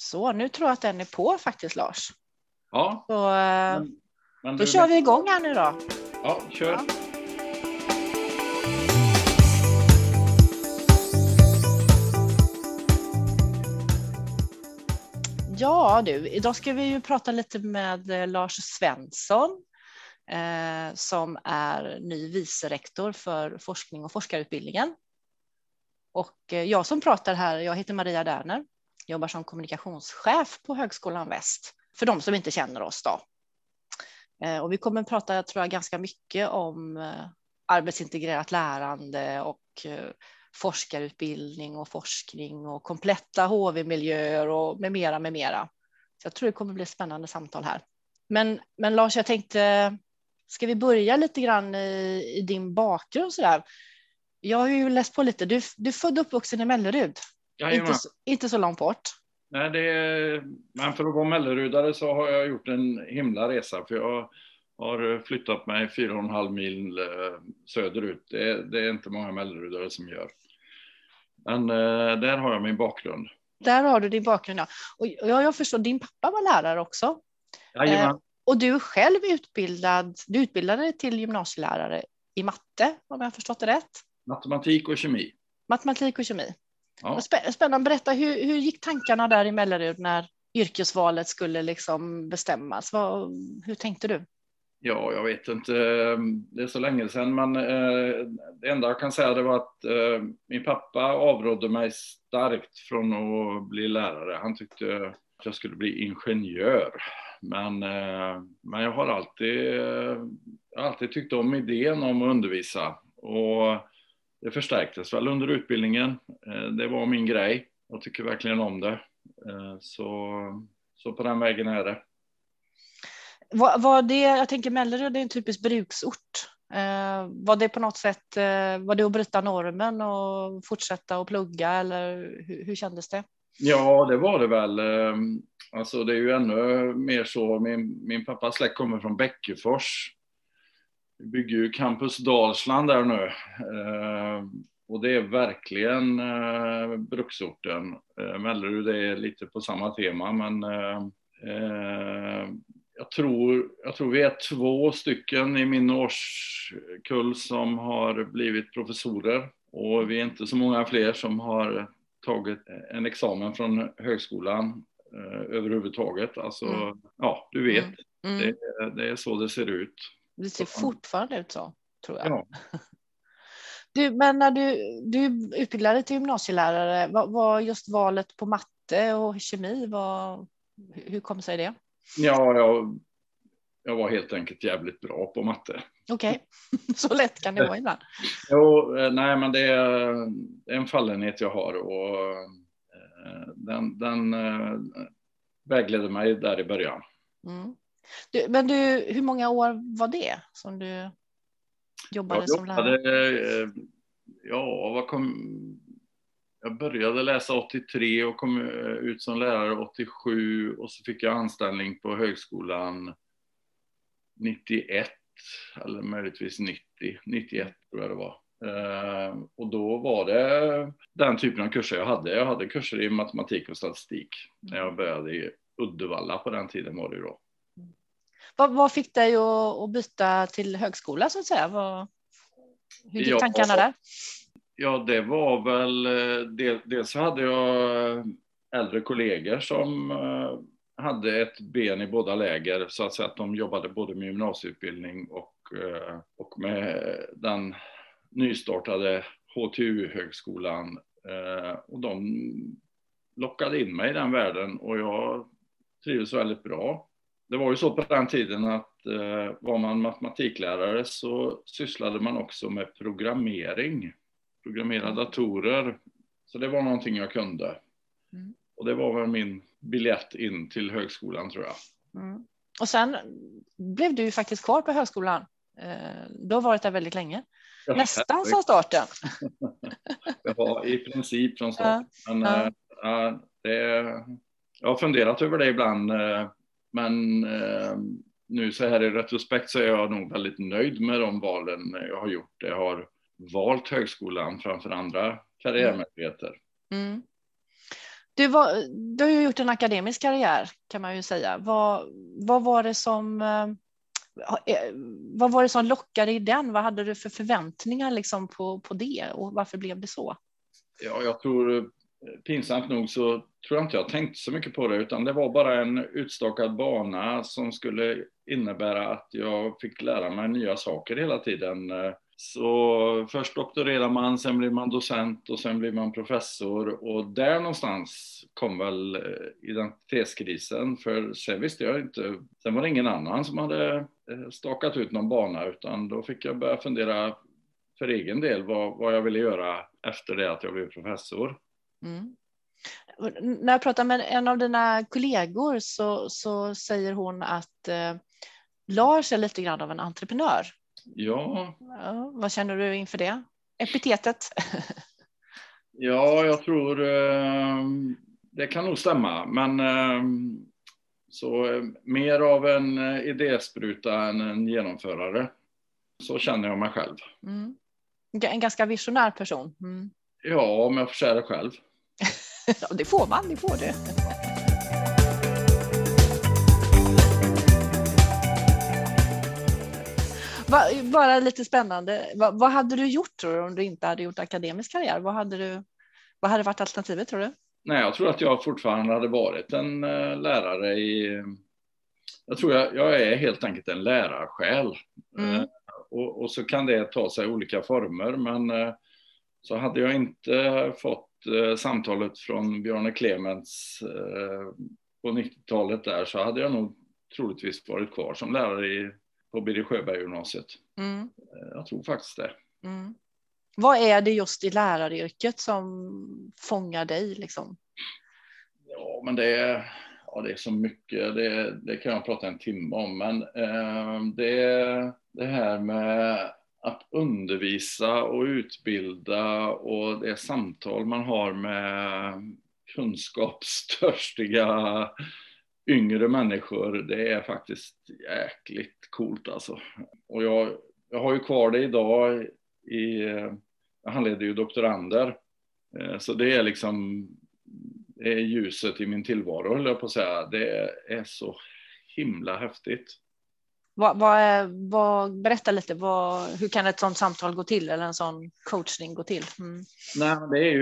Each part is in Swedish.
Så, nu tror jag att den är på faktiskt, Lars. Ja. Så, Men då kör vi igång här nu då. Ja, kör. Ja. Ja du, idag ska vi ju prata lite med Lars Svensson som är ny vicerektor för forskning och forskarutbildningen. Och jag som pratar här, jag heter Maria Därner, jobbar som kommunikationschef på Högskolan Väst, för de som inte känner oss då. Och vi kommer att prata, tror jag, ganska mycket om arbetsintegrerat lärande och forskarutbildning och forskning och kompletta HV-miljöer och med mera, med mera. Så jag tror det kommer bli ett spännande samtal här. Men Lars, jag tänkte, ska vi börja lite grann i din bakgrund så där? Jag har ju läst på lite. Du är född och uppvuxen i Mellerud. Inte så långt bort. Nej, men för att vara Mellerudare så har jag gjort en himla resa. För jag har flyttat mig 4,5 mil söderut. Det är inte många Mellerudare som gör. Men där har jag min bakgrund. Där har du din bakgrund, ja. Och jag förstår, din pappa var lärare också. Och du är själv utbildade dig till gymnasielärare i matte, om jag har förstått det rätt. Matematik och kemi. Matematik och kemi. Ja. Spännande, berätta, hur gick tankarna där i Mellerud när yrkesvalet skulle liksom bestämmas? Hur tänkte du? Ja, jag vet inte. Det är så länge sedan, men det enda jag kan säga det var att min pappa avrådde mig starkt från att bli lärare. Han tyckte att jag skulle bli ingenjör. Men jag har alltid tyckt om idén om att undervisa. Och det förstärktes väl under utbildningen. Det var min grej. Jag tycker verkligen om det. Så på den vägen är det. Var det, jag tänker Mellerud, det är en typisk bruksort. Var det på något sätt, var det att bryta normen och fortsätta att plugga, eller hur kändes det? Ja, det var det väl. Alltså det är ju ännu mer så. Min pappas släkt kommer från Bäckefors. Vi bygger ju Campus Dalsland där nu. Och det är verkligen bruksorten. Mellerud är lite på samma tema, men jag tror vi är 2 stycken i min årskull som har blivit professorer. Och vi är inte så många fler som har tagit en examen från högskolan överhuvudtaget. Alltså, ja, du vet. Det är så det ser ut. Det ser fortfarande ut så, tror jag. Ja. Men när du utbildade till gymnasielärare, var just valet på matte och kemi, hur kom sig det? Ja, jag var helt enkelt jävligt bra på matte. Okej, så lätt kan det vara ibland. Jo, nej, men det är en fallenhet jag har, och den vägledde mig där i början. Mm. Men hur många år var det som du jobbade som lärare? Jag började läsa 83 och kom ut som lärare 87, och så fick jag anställning på högskolan 91 eller möjligtvis 91 tror jag det var. Och då var det den typen av kurser jag hade. Jag hade kurser i matematik och statistik när jag började i Uddevalla på den tiden var det då. Vad fick dig att byta till högskola så att säga? Hur gick tankarna där? Ja, det var väl dels så hade jag äldre kollegor som hade ett ben i båda läger, så att säga, att de jobbade både med gymnasieutbildning och med den nystartade HTU-högskolan, och de lockade in mig i den världen och jag trivdes väldigt bra. Det var ju så på den tiden att var man matematiklärare så sysslade man också med programmera datorer. Så det var någonting jag kunde. Och det var väl min biljett in till högskolan, tror jag. Och sen blev du ju faktiskt kvar på högskolan. Du har varit där väldigt länge. Nästan från starten. Ja, i princip från starten. Men jag har funderat över det ibland. Men nu så här i retrospekt så är jag nog väldigt nöjd med de valen jag har gjort. Jag har valt högskolan framför andra karriärmöjligheter. Du har ju gjort en akademisk karriär kan man ju säga. Vad var det som lockade i den? Vad hade du för förväntningar liksom på det och varför blev det så? Ja, jag tror pinsamt nog så tror jag inte jag tänkte så mycket på det, utan det var bara en utstakad bana som skulle innebära att jag fick lära mig nya saker hela tiden. Så först doktorerar man, sen blir man docent och sen blir man professor, och där någonstans kom väl identitetskrisen, för sen visste jag inte, sen var det ingen annan som hade stakat ut någon bana, utan då fick jag börja fundera för egen del vad jag ville göra efter det att jag blev professor. Mm. När jag pratar med en av dina kollegor så säger hon att Lars är lite grann av en entreprenör. Ja. Vad känner du inför det? Epitetet? Ja, jag tror det kan nog stämma, men så mer av en idéspruta än en genomförare. Så känner jag mig själv. Mm. En ganska visionär person. Mm. Ja, om jag får säga det själv. Det får man, det får du. Bara lite spännande. Vad hade du gjort tror du, om du inte hade gjort akademisk karriär? Vad hade varit alternativet tror du? Nej, jag tror att jag fortfarande hade varit en lärare i... Jag tror jag är helt enkelt en lärarsjäl. Mm. Och så kan det ta sig olika former, men så hade jag inte fått samtalet från Bjarne Clements på 90-talet där, så hade jag nog troligtvis varit kvar som lärare på Birger Sjöberg-gymnasiet. Mm. Jag tror faktiskt det. Mm. Vad är det just i läraryrket som fångar dig liksom? Ja, men det är så mycket. Det kan jag prata en timme om, men det här med att undervisa och utbilda och det samtal man har med kunskapstörstiga yngre människor, det är faktiskt jäkligt coolt alltså. Och jag har ju kvar det idag jag handleder ju doktorander, så det är liksom det är ljuset i min tillvaro, höll jag på att säga. Det är så himla häftigt. Berätta lite, hur kan ett sånt samtal gå till eller en sån coachning gå till? Mm. Nej,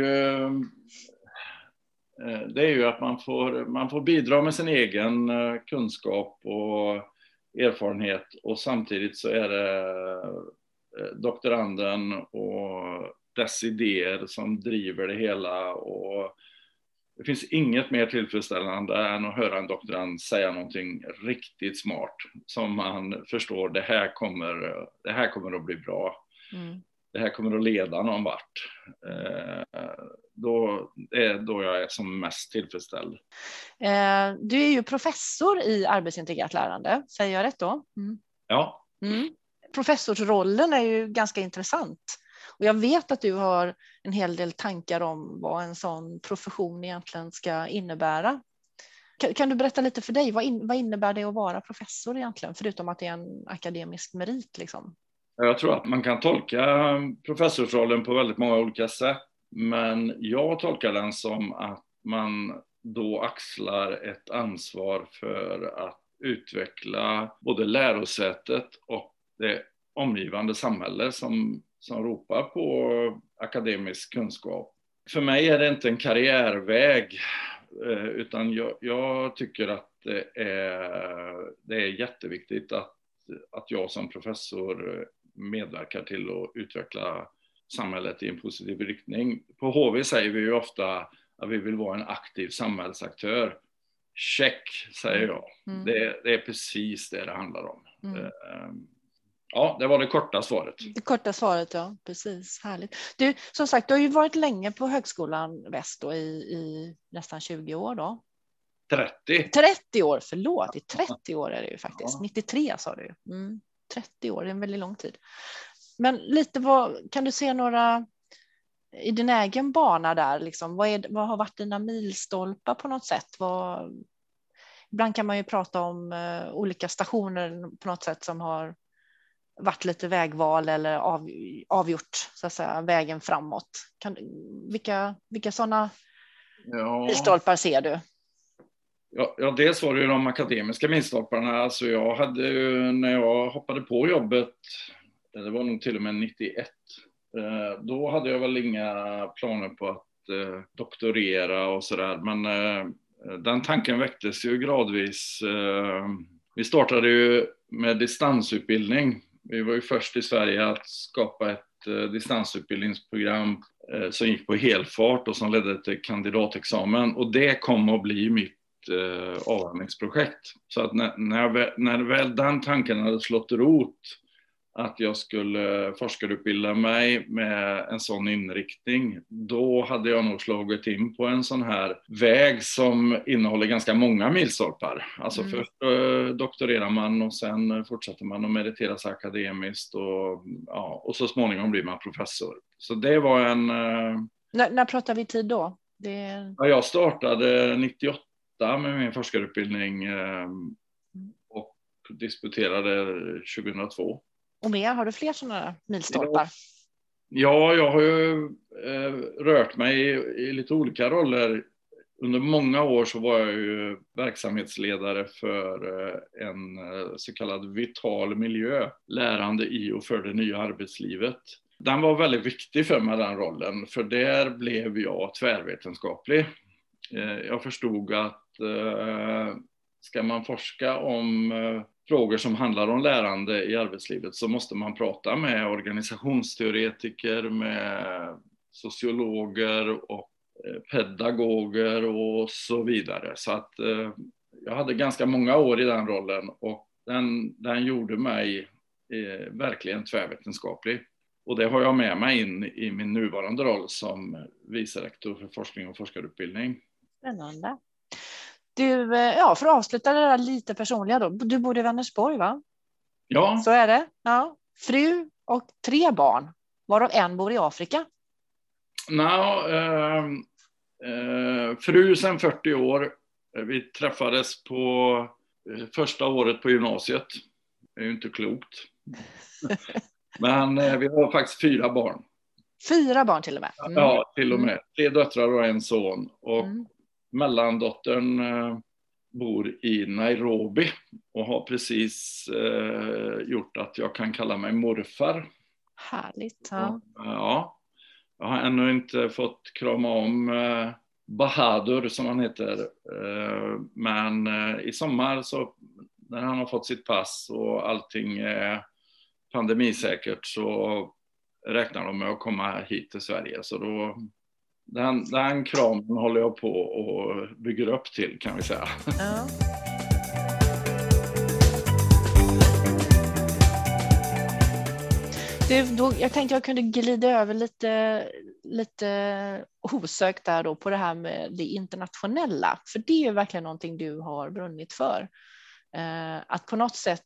det är ju att man får bidra med sin egen kunskap och erfarenhet, och samtidigt så är det doktoranden och dess idéer som driver det hela, och det finns inget mer tillfredsställande än att höra en doktorand säga någonting riktigt smart som man förstår, det här kommer att bli bra. Mm. Det här kommer att leda någon vart. Det är då jag är som mest tillfredsställd. Du är ju professor i arbetsintegrerat lärande, säger jag rätt då? Mm. Ja. Mm. Professorsrollen är ju ganska intressant. Och jag vet att du har en hel del tankar om vad en sån profession egentligen ska innebära. Kan du berätta lite för dig, vad innebär det att vara professor egentligen, förutom att det är en akademisk merit liksom? Jag tror att man kan tolka professorsrollen på väldigt många olika sätt, men jag tolkar den som att man då axlar ett ansvar för att utveckla både lärosätet och det omgivande samhälle som ropar på akademisk kunskap. För mig är det inte en karriärväg, utan jag tycker att det är jätteviktigt att jag som professor medverkar till att utveckla samhället i en positiv riktning. På HV säger vi ju ofta att vi vill vara en aktiv samhällsaktör. Check, säger jag. Mm. Det är precis det handlar om. Mm. Ja, det var det korta svaret. Det korta svaret, ja. Precis. Härligt. Du, som sagt, du har ju varit länge på Högskolan Väst då, i nästan 20 år då. 30 år, förlåt. I 30 år är det ju faktiskt. Ja. 93 sa du. 30 år, det är en väldigt lång tid. Men lite, kan du se några i din egen bana där? Liksom, vad har varit dina milstolpar på något sätt? Ibland kan man ju prata om olika stationer på något sätt som har varit lite vägval eller avgjort så att säga, vägen framåt. Vilka sådana Ja. milstolpar ser du? Ja, dels var det ju de akademiska milstolparna. Alltså jag hade ju, när jag hoppade på jobbet, det var nog till och med 91, då hade jag väl inga planer på att doktorera och sådär. Men den tanken väcktes ju gradvis. Vi startade ju med distansutbildning. Vi var ju först i Sverige att skapa ett distansutbildningsprogram som gick på helfart och som ledde till kandidatexamen. Och det kom att bli mitt avhandlingsprojekt. Så att när väl den tanken hade slått rot att jag skulle forskarutbilda mig med en sån inriktning, då hade jag nog slagit in på en sån här väg som innehåller ganska många milstolpar. Alltså först doktorerar man och sen fortsätter man att meritera sig akademiskt och så småningom blir man professor. Så det var en... När pratar vi tid då? Ja, jag startade 98 med min forskarutbildning och disputerade 2002. Och mer, har du fler sådana milstolpar? Ja, jag har ju rört mig i lite olika roller. Under många år så var jag ju verksamhetsledare för en så kallad vital miljö, lärande i och för det nya arbetslivet. Den var väldigt viktig för mig, den rollen, för där blev jag tvärvetenskaplig. Jag förstod att ska man forska om frågor som handlar om lärande i arbetslivet så måste man prata med organisationsteoretiker, med sociologer och pedagoger och så vidare. Så att jag hade ganska många år i den rollen och den gjorde mig verkligen tvärvetenskaplig. Och det har jag med mig in i min nuvarande roll som vicerektor för forskning och forskarutbildning. Spännande. Du, för att avsluta det där lite personliga då. Du bor i Vänersborg, va? Ja. Så är det. Ja. Fru och 3 barn, varav en bor i Afrika. Fru sedan 40 år. Vi träffades på första året på gymnasiet. Det är ju inte klokt. Men vi har faktiskt 4 barn. 4 barn till och med? Ja, till och med. 3 döttrar och en son. Och mellandottern bor i Nairobi och har precis gjort att jag kan kalla mig morfar. Härligt. Ja. Jag har ännu inte fått krama om Bahadur som han heter. Men i sommar så när han har fått sitt pass och allting är pandemisäkert så räknar de med att komma hit till Sverige. Så då, den kramen håller jag på och bygger upp till, kan vi säga. Ja. Jag tänkte jag kunde glida över lite osökt där då på det här med det internationella. För det är ju verkligen någonting du har brunnit för. Att på något sätt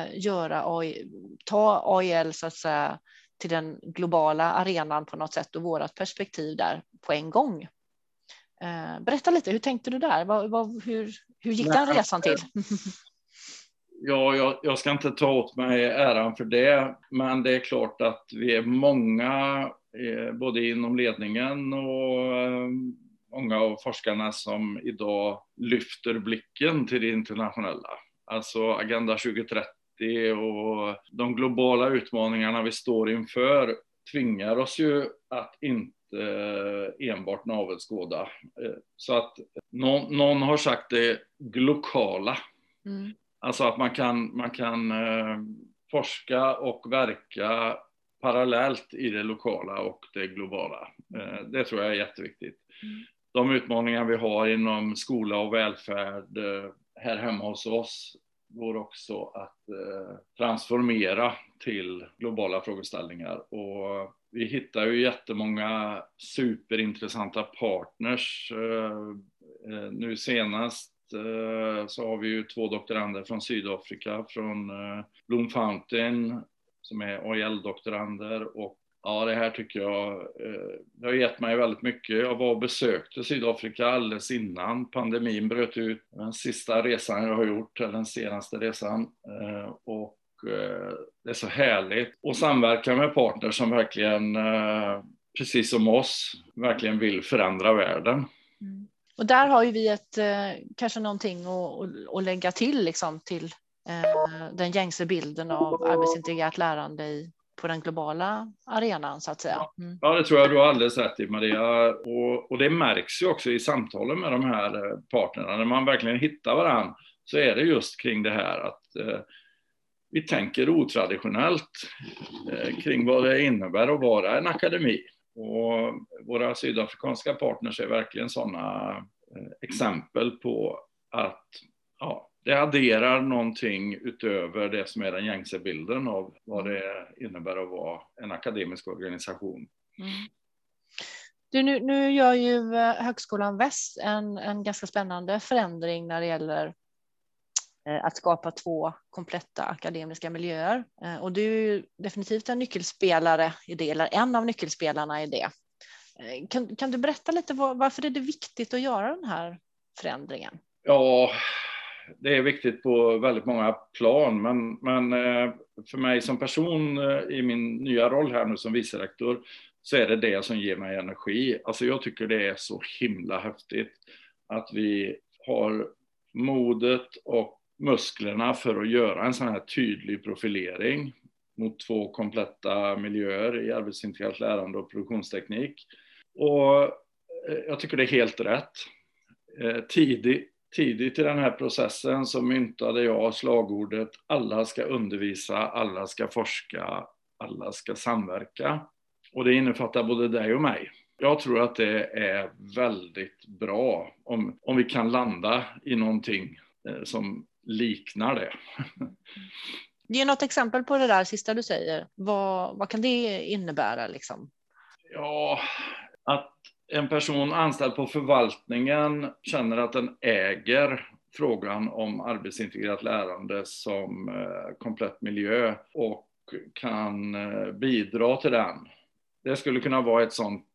ta AIL så att säga till den globala arenan på något sätt och vårat perspektiv där på en gång. Berätta lite, hur tänkte du där? Hur gick den resan till? Ja, jag ska inte ta åt mig äran för det, men det är klart att vi är många, både inom ledningen och många av forskarna som idag lyfter blicken till det internationella. Alltså Agenda 2030 och de globala utmaningarna vi står inför tvingar oss ju att inte enbart navelskåda. Så att någon har sagt det glokala. Alltså att man kan forska och verka parallellt i det lokala och det globala. Det tror jag är jätteviktigt. De utmaningar vi har inom skola och välfärd här hemma hos oss går också att transformera till globala frågeställningar. Och vi hittar ju jättemånga superintressanta partners. Nu senast så har vi ju 2 doktorander från Sydafrika, från Bloom Fountain, som är AIL-doktorander. Och ja, det här tycker jag det har gett mig väldigt mycket. Jag var och besökte Sydafrika alldeles innan pandemin bröt ut. Den sista resan jag har gjort, eller den senaste resan. Och det är så härligt att samverka med partners som verkligen, precis som oss, verkligen vill förändra världen. Och där har ju vi ett, kanske någonting att lägga till, liksom, till den gängse bilden av arbetsintegrerat lärande på den globala arenan, så att säga. Mm. Ja, det tror jag du har alldeles rätt i, Maria. Och det märks ju också i samtalen med de här partnerna. När man verkligen hittar varandra så är det just kring det här att vi tänker otraditionellt kring vad det innebär att vara en akademi. Och våra sydafrikanska partners är verkligen sådana exempel på att det adderar någonting utöver det som är den gängse bilden av vad det innebär att vara en akademisk organisation. Mm. Nu gör ju Högskolan Väst en ganska spännande förändring när det gäller att skapa 2 kompletta akademiska miljöer. Och du är ju definitivt en nyckelspelare i det, eller en av nyckelspelarna i det. Kan du berätta lite varför är det viktigt att göra den här förändringen? Ja, det är viktigt på väldigt många plan, men för mig som person i min nya roll här nu som vicerektor så är det som ger mig energi. Alltså jag tycker det är så himla häftigt att vi har modet och musklerna för att göra en sån här tydlig profilering mot 2 kompletta miljöer i arbetsintegrerat lärande och produktionsteknik. Och jag tycker det är helt rätt. Tidigt i den här processen så myntade jag slagordet alla ska undervisa, alla ska forska, alla ska samverka. Och det innefattar både dig och mig. Jag tror att det är väldigt bra om vi kan landa i någonting som liknar det. Ge något exempel på det där sista du säger. Vad kan det innebära liksom? Ja, att en person anställd på förvaltningen känner att den äger frågan om arbetsintegrerat lärande som komplett miljö och kan bidra till den. Det skulle kunna vara ett sånt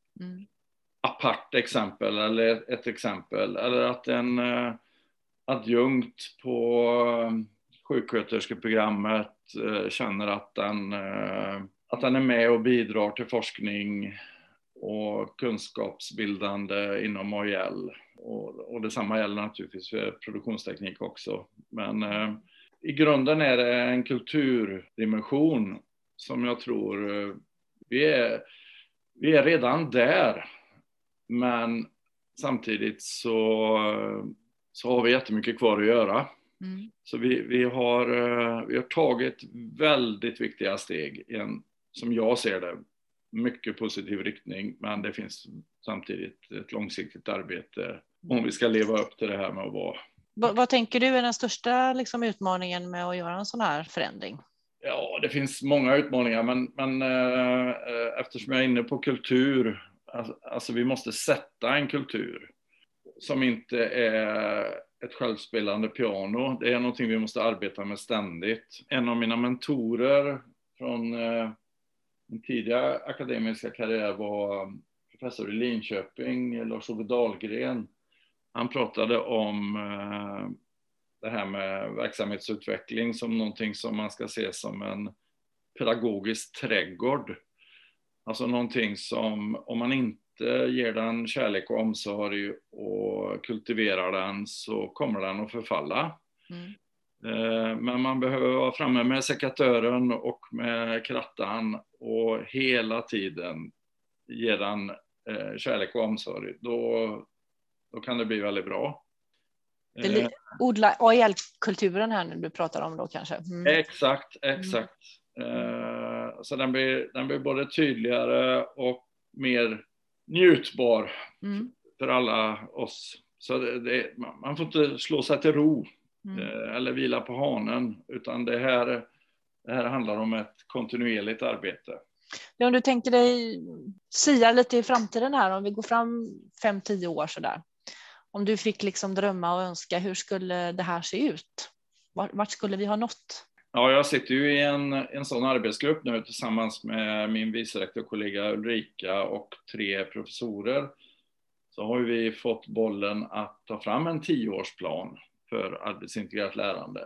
apart exempel eller ett exempel. Eller att en adjunkt på sjuksköterskeprogrammet känner att den är med och bidrar till forskning och kunskapsbildande inom AIL. Och detsamma gäller naturligtvis för produktionsteknik också. Men i grunden är det en kulturdimension som jag tror vi är redan där. Men samtidigt så har vi jättemycket kvar att göra. Mm. Så vi har tagit väldigt viktiga steg i en, som jag ser det, mycket positiv riktning. Men det finns samtidigt ett långsiktigt arbete om vi ska leva upp till det här med att vara. Vad tänker du är den största liksom, utmaningen med att göra en sån här förändring? Ja, det finns många utmaningar, men eftersom jag är inne på kultur, alltså vi måste sätta en kultur som inte är ett självspelande piano. Det är någonting vi måste arbeta med ständigt. En av mina mentorer från min tidiga akademiska karriär var professor i Linköping, Lars-Ove Dahlgren. Han pratade om det här med verksamhetsutveckling som någonting som man ska se som en pedagogisk trädgård. Alltså någonting som, om man inte ger den kärlek och omsorg och kultiverar den så kommer den att förfalla. Men man behöver vara framme med sekatören och med krattan och hela tiden ge den kärlek och omsorg. Då kan det bli väldigt bra. Odla AIL-kulturen här nu du pratar om då kanske. Exakt. Så den blir både tydligare och mer njutbar för alla oss. Så man får inte slå sig till ro eller vila på hanen, utan det här handlar om ett kontinuerligt arbete. Om du tänker dig sia lite i framtiden här, om vi går fram 5-10 år så där. Om du fick liksom drömma och önska, hur skulle det här se ut? Vart skulle vi ha nått? Ja, jag sitter ju i en sån arbetsgrupp nu tillsammans med min vicerektorkollega Ulrika och 3 professorer. Så har vi fått bollen att ta fram en 10-årsplan för arbetsintegrerat lärande.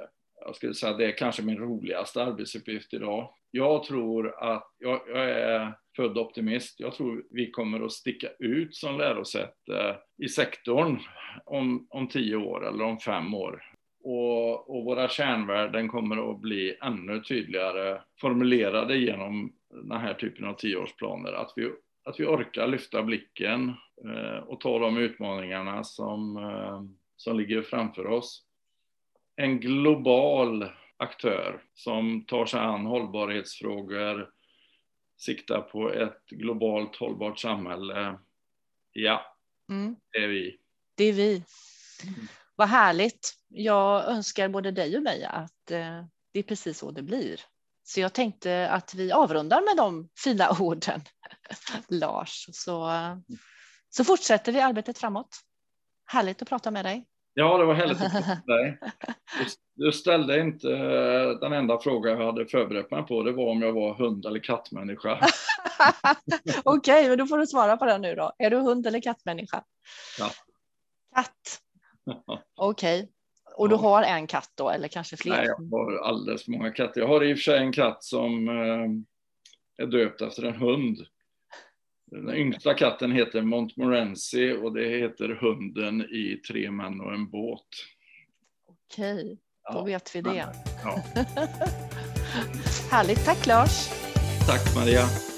jag skulle säga att det är kanske min roligaste arbetsuppgift idag. Jag tror att, jag är född optimist, jag tror vi kommer att sticka ut som lärosäte i sektorn om 10 år eller om 5 år. Och våra kärnvärden kommer att bli ännu tydligare formulerade genom den här typen av 10-årsplaner. Att vi orkar lyfta blicken och ta de utmaningarna som ligger framför oss. En global aktör som tar sig an hållbarhetsfrågor, siktar på ett globalt hållbart samhälle. Ja, det är vi. Det är vi. Vad härligt. Jag önskar både dig och mig att det är precis så det blir. Så jag tänkte att vi avrundar med de fina orden, Lars. Så fortsätter vi arbetet framåt. Härligt att prata med dig. Ja, det var härligt att prata med dig. Du ställde inte den enda fråga jag hade förberett mig på. Det var om jag var hund- eller kattmänniska. Okej, men då får du svara på den nu då. Är du hund- eller kattmänniska? Ja. Katt. Okej. Och du har en katt då, eller kanske fler? Nej, jag har alldeles för många katter. Jag har i och för sig en katt som är döpt efter en hund. Den yngsta katten heter Montmorency och det heter hunden i 3 män och en båt. Okej, då vet vi det. Ja. Härligt, tack Lars. Tack Maria.